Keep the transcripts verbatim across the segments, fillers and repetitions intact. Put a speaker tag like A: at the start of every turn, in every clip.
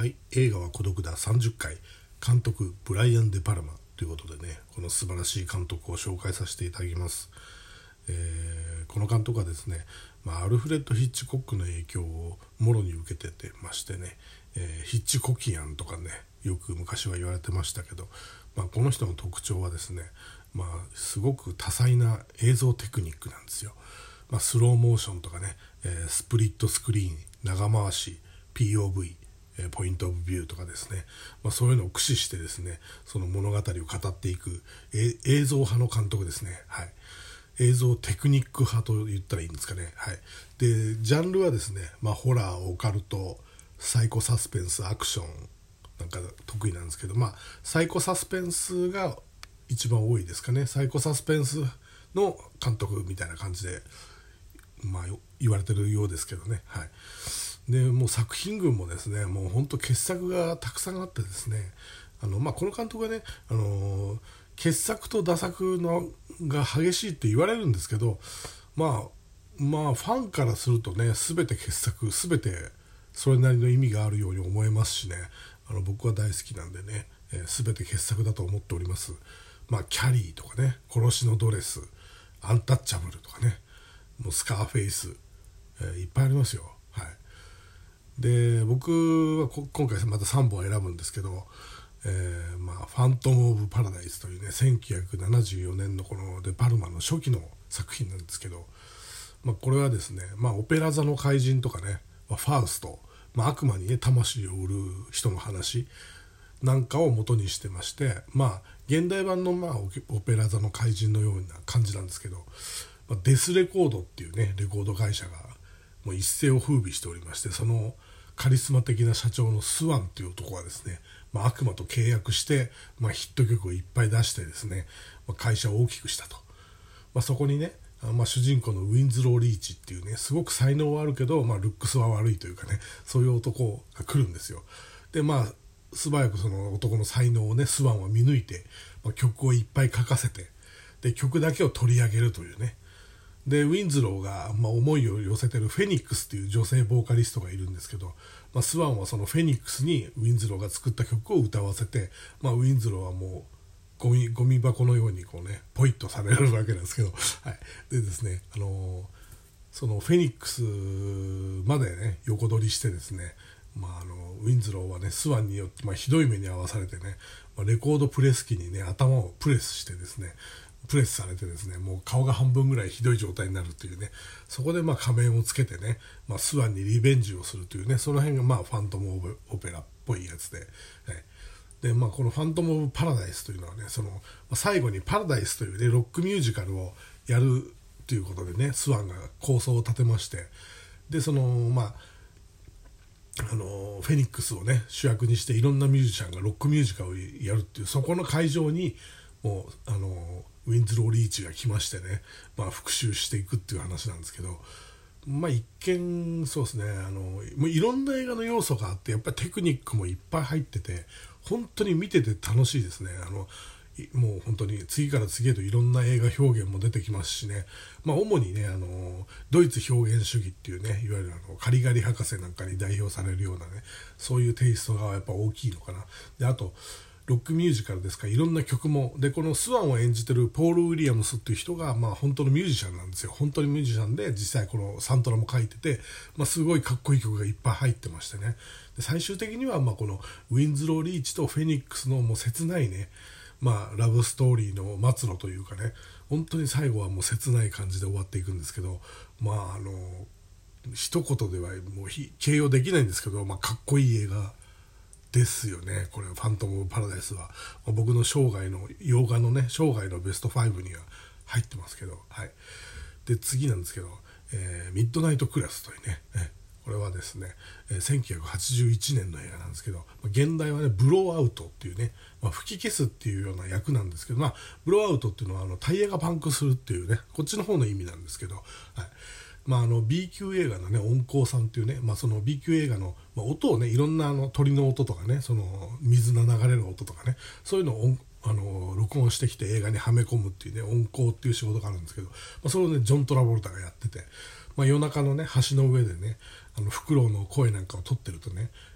A: はい、映画は孤独ださんじゅっかい、監督ブライアン・デ・パルマということでね、この素晴らしい監督を紹介させていただきます。えー、この監督はですね、まあ、アルフレッド・ヒッチコックの影響をもろに受けててましてね、えー、ヒッチコキアンとかね、よく昔は言われてましたけど、まあ、この人の特徴はですね、まあ、すごく多彩な映像テクニックなんですよ。まあ、スローモーションとかね、えー、スプリットスクリーン、長回し、ピーオーブイ、えー、ポイントオブビューとかですね、まあ、そういうのを駆使してですね、その物語を語っていく、え映像派の監督ですね。はい。映像テクニック派と言ったらいいんですかね。はい。で、ジャンルはですね、まあ、ホラー、オカルト、サイコサスペンス、アクションなんか得意なんですけど、まあ、サイコサスペンスが一番多いですかね。サイコサスペンスの監督みたいな感じで、まあ、言われてるようですけどね。はい。でもう作品群もですね、もう本当傑作がたくさんあってですね、あの、まあ、この監督はね、あの傑作と駄作のが激しいって言われるんですけど、まあまあファンからするとね、全て傑作、全てそれなりの意味があるように思えますしね、あの僕は大好きなんでね、えー、全て傑作だと思っております。まあキャリーとかね、殺しのドレス、アンタッチャブルとかね、もうスカーフェイス、えー、いっぱいありますよ。はい。で、僕は今回またさんぼん選ぶんですけど、えーまあ、ファントム・オブ・パラダイスというね、せんきゅうひゃくななじゅうよねんのこのデ・パルマの初期の作品なんですけど、まあ、これはですね、まあ、オペラ座の怪人とかね、まあ、ファウスト、まあ、悪魔にね魂を売る人の話なんかを元にしてまして、まあ、現代版のまあオペラ座の怪人のような感じなんですけど、まあ、デスレコードっていうねレコード会社がもう一世を風靡しておりまして、そのカリスマ的な社長のスワンという男はですね、まあ、悪魔と契約して、まあ、ヒット曲をいっぱい出してですね、まあ、会社を大きくしたと。まあ、そこにね、まあ、主人公のウィンズロー・リーチっていうね、すごく才能はあるけど、まあ、ルックスは悪いというかね、そういう男が来るんですよ。で、まあ素早くその男の才能をね、スワンは見抜いて、まあ、曲をいっぱい書かせて、で曲だけを取り上げるというね。でウィンズローが、まあ、思いを寄せてるフェニックスっていう女性ボーカリストがいるんですけど、まあ、スワンはそのフェニックスにウィンズローが作った曲を歌わせて、まあ、ウィンズローはもうゴミ、ゴミ箱のようにこうねポイッとされるわけなんですけど、はい、でですね、あのー、そのフェニックスまでね横取りしてですね、まあ、あのウィンズローはねスワンによって、まあ、ひどい目に遭わされてね、まあ、レコードプレス機にね頭をプレスしてですねプレスされてですね、もう顔が半分ぐらいひどい状態になるというね、そこでまあ仮面をつけてね、まあ、スワンにリベンジをするというね、その辺がまあファントム・オブ・オペラっぽいやつで、はい、でまあ、このファントム・オブ・パラダイスというのはね、その、まあ、最後にパラダイスというねロックミュージカルをやるということでね、スワンが構想を立てまして、でそのまああのフェニックスをね主役にしていろんなミュージシャンがロックミュージカルをやるっていう、そこの会場にもうあのウィンズロー・リーチが来ましてね、まあ、復讐していくっていう話なんですけど、まあ一見そうですね、あのもういろんな映画の要素があって、やっぱりテクニックもいっぱい入ってて、本当に見てて楽しいですね。あのもう本当に次から次へといろんな映画表現も出てきますしね、まあ、主にねあのドイツ表現主義っていうね、いわゆるあのカリガリ博士なんかに代表されるようなね、そういうテイストがやっぱ大きいのかな。であとロックミュージカルですから、いろんな曲もで、このスワンを演じてるポール・ウィリアムスっていう人が、まあ、本当のミュージシャンなんですよ。本当にミュージシャンで、実際このサントラも書いてて、まあ、すごいかっこいい曲がいっぱい入ってましてね、で最終的にはまあこのウィンズロー・リーチとフェニックスのもう切ないね、まあ、ラブストーリーの末路というかね、本当に最後はもう切ない感じで終わっていくんですけど、まああの一言ではもう形容できないんですけど、まあ、かっこいい映画ですよね。これファントム・パラダイスは、まあ、僕の生涯の洋画のね生涯のベストファイブには入ってますけど、はい。で次なんですけど、えー、ミッドナイトクラスというね、えこれはですね、えー、せんきゅうひゃくはちじゅういちねんの映画なんですけど、まあ、現代はねブローアウトっていうね、まあ、吹き消すっていうような役なんですけど、まあ、ブローアウトっていうのはあのタイヤがパンクするっていうね、こっちの方の意味なんですけど、はい。まあ、あの B 級映画のね音響さんっていうね、まあ、その B 級映画の、まあ、音をねいろんなあの鳥の音とかね、その水の流れる音とかね、そういうのをあの録音してきて映画にはめ込むっていうね音響っていう仕事があるんですけど、まあ、それをねジョン・トラボルタがやってて、まあ、夜中のね橋の上でねあのフクロウの声なんかを撮ってるとね、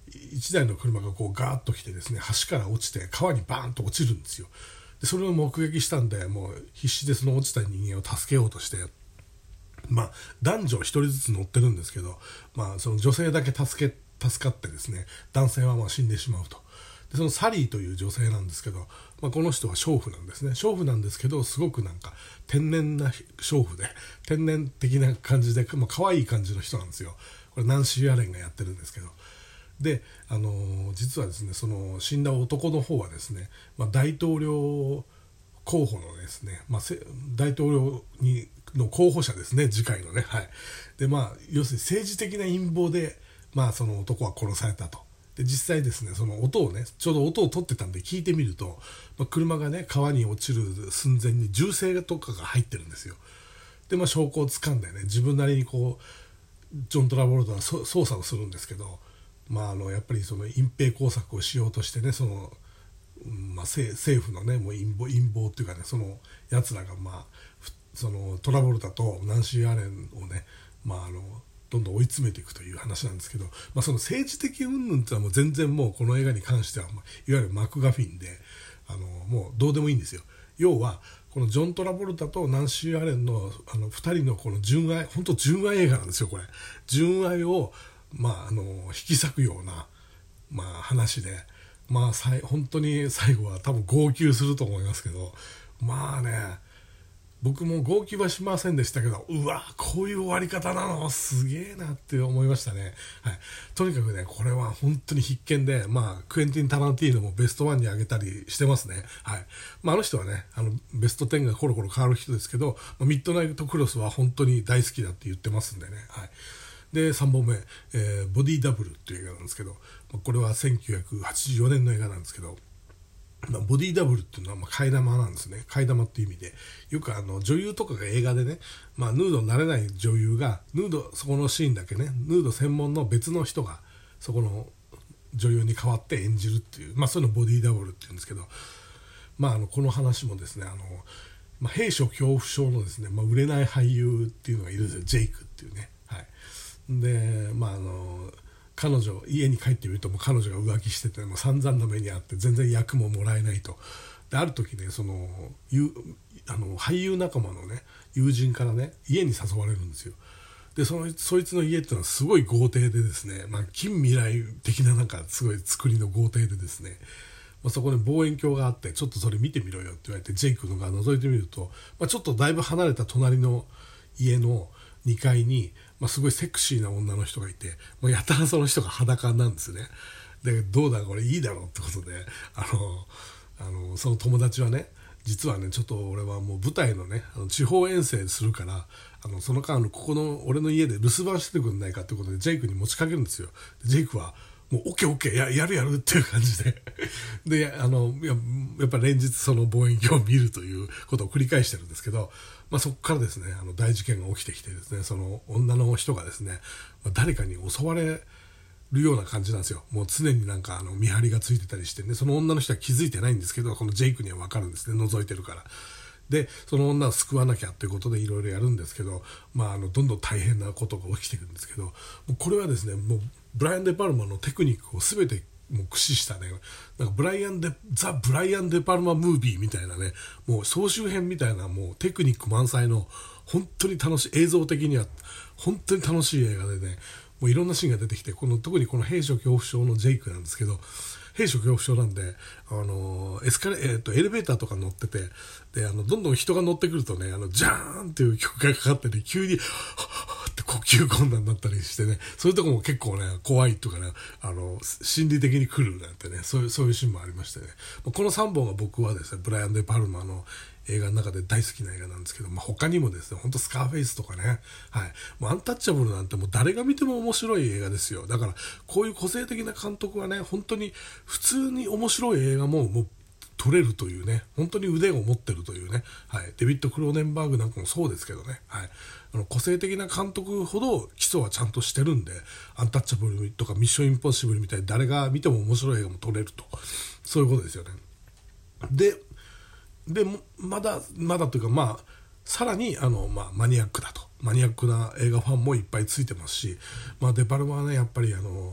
A: いちだいの車がこうガーッと来てですね、橋から落ちて川にバーンと落ちるんですよ。でそれを目撃したんで、もう必死でその落ちた人間を助けようとして、まあ男女一人ずつ乗ってるんですけど、まあその女性だけ助け助かってですね、男性はまあ死んでしまうと。でそのサリーという女性なんですけど、まあ、この人は娼婦なんですね。娼婦なんですけど、すごくなんか天然な娼婦で、天然的な感じで、まあ可愛い感じの人なんですよ。これナンシー・アレンがやってるんですけど、で、あのー、実はですね、その死んだ男の方はですね、まあ、大統領候補のですね、まあ、大統領にの候補者ですね、次回のね、はい。でまあ要するに政治的な陰謀で、まあ、その男は殺されたと。で実際ですね、その音をね、ちょうど音を取ってたんで聞いてみると、まあ、車がね川に落ちる寸前に銃声とかが入ってるんですよ。でまあ証拠をつかんでね、自分なりにこうジョン・トラボルタは捜査をするんですけど、まあ、あのやっぱりその隠蔽工作をしようとしてね、その、まあ、政府のねもう陰謀、陰謀っていうかね、そのやつらが、まあ、そのトラボルタとナンシー・アレンをね、まあ、あのどんどん追い詰めていくという話なんですけど、まあ、その政治的云々っていうのはもう全然もうこの映画に関しては、まあ、いわゆるマクガフィンで、あのもうどうでもいいんですよ。要はこのジョン・トラボルタとナンシー・アレンのあのふたりのこの純愛、本当純愛映画なんですよこれ。純愛をまあ、あの引き裂くような、まあ、話で、まあ、さい本当に最後は多分号泣すると思いますけど、まあね、僕も号泣はしませんでしたけど、うわこういう終わり方なのすげえなって思いましたね、はい、とにかくねこれは本当に必見で、まあ、クエンティン・タランティーノもベストワンに上げたりしてますね、はい。まあ、あの人はねあのベストテンがコロコロ変わる人ですけど、ミッドナイトクロスは本当に大好きだって言ってますんでね、はい。でさんぼんめ、えー、ボディダブルっていう映画なんですけど、これはせんきゅうひゃくはちじゅうよねんの映画なんですけど、まあ、ボディダブルっていうのはまあ替え玉なんですね。替え玉っていう意味で、よくあの女優とかが映画でね、まあ、ヌードになれない女優がヌードそこのシーンだけね、ヌード専門の別の人がそこの女優に代わって演じるっていう、まあ、そういうのをボディダブルっていうんですけど、まあ、あのこの話もですね、あの、まあ、兵所恐怖症のですね、まあ、売れない俳優っていうのがいるんですよ、ジェイクっていうね、はい。でまああの彼女家に帰ってみるともう彼女が浮気してて、もう散々な目にあって全然役ももらえないと。である時ね、そのあの俳優仲間のね友人からね家に誘われるんですよ。でそのそいつの家っていうのはすごい豪邸でですね、まあ、近未来的ななんかすごい作りの豪邸でですね、まあ、そこに望遠鏡があって、ちょっとそれ見てみろよって言われてジェイクのが覗いてみると、まあ、ちょっとだいぶ離れた隣の家のにかいに、まあ、すごいセクシーな女の人がいて、まあ、やたらその人が裸なんですね。でどうだこれいいだろうってことで、あのあのその友達はね、実はねちょっと俺はもう舞台のねあの地方遠征するから、あのその間のここの俺の家で留守番しててくんないかってことでジェイクに持ちかけるんですよ。でジェイクはもうオッケーオッケー や, やるやるっていう感じでであの や, やっぱ連日その望遠鏡を見るということを繰り返してるんですけど、まあ、そこからですねあの大事件が起きてきてですね、その女の人がですね、まあ、誰かに襲われるような感じなんですよ。もう常になんかあの見張りがついてたりしてね、その女の人は気づいてないんですけど、このジェイクには分かるんですね、覗いてるから。でその女を救わなきゃということでいろいろやるんですけど、まあ、あのどんどん大変なことが起きてくるんですけど、もうこれはですねもうブライアン・デ・パルマのテクニックを全てもう駆使したね、なんかブライアンデザ・ブライアン・デ・パルマムービーみたいなね、もう総集編みたいなもうテクニック満載の本当に楽しい、映像的には本当に楽しい映画でね、もういろんなシーンが出てきて、この特にこの兵所恐怖症のジェイクなんですけど、兵所恐怖症なんで、あのエスカレ、えー、とエレベーターとか乗ってて、であのどんどん人が乗ってくるとね、あのジャーンっていう曲がかかってね、急にって呼吸困難になったりしてね、そういうとこも結構ね怖いとかね、あの心理的に来るなんてね、そういうそういうシーンもありましてね、このさんぼんが僕はですねブライアン・デ・パルマの映画の中で大好きな映画なんですけど、まあ、他にもですね、ほんとスカーフェイスとかね、はい、もうアンタッチャブルなんてもう誰が見ても面白い映画ですよ。だからこういう個性的な監督はね、本当に普通に面白い映画ももう撮れるというね、本当に腕を持ってるというね、はい、デビッド・クローネンバーグなんかもそうですけどね、はい、あの個性的な監督ほど基礎はちゃんとしてるんで、アンタッチャブルとかミッション・インポッシブルみたいに誰が見ても面白い映画も撮れると、そういうことですよね。ででまだまだというか、まあさらにあの、まあ、マニアックだと、マニアックな映画ファンもいっぱいついてますし、まあ、デパルマはねやっぱりあの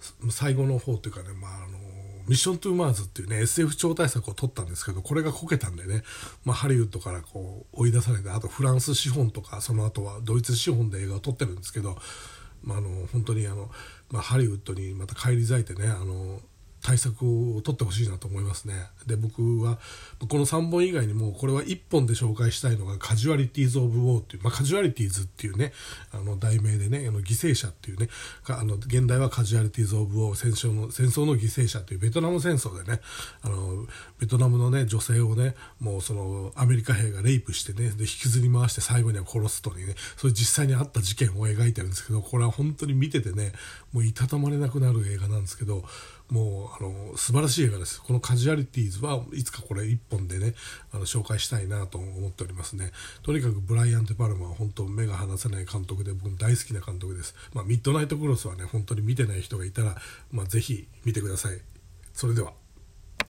A: 最後の方というかね、まあ、あのミッショントゥーマーズっていうね エスエフ 超大作を撮ったんですけど、これがこけたんでね、まあ、ハリウッドからこう追い出されて、あとフランス資本とかその後はドイツ資本で映画を撮ってるんですけど、まあ、あの本当にあの、まあ、ハリウッドにまた返り咲いてね、あの対策を取ってほしいなと思いますね。で、僕はこのさんぼん以外にもこれはいっぽんで紹介したいのがカジュアリティーズ・オブ・ウォーっていう、まあ、カジュアリティーズっていうねあの題名でね、あの犠牲者っていうね、あの現代はカジュアリティーズ・オブ・ウォー、戦争の戦争の犠牲者というベトナム戦争でね、あのベトナムのね女性をね、もうそのアメリカ兵がレイプしてね、で引きずり回して最後には殺すというね、そういう実際にあった事件を描いてるんですけど、これは本当に見ててね、もういたたまれなくなる映画なんですけど、もうあの素晴らしい映画です。このカジュアリティーズはいつかこれ一本でねあの紹介したいなと思っておりますね。とにかくブライアン・デ・パルマは本当目が離せない監督で、僕も大好きな監督です。まあ、ミッドナイトクロスはね本当に見てない人がいたら、まあ、ぜひ見てください。それでは。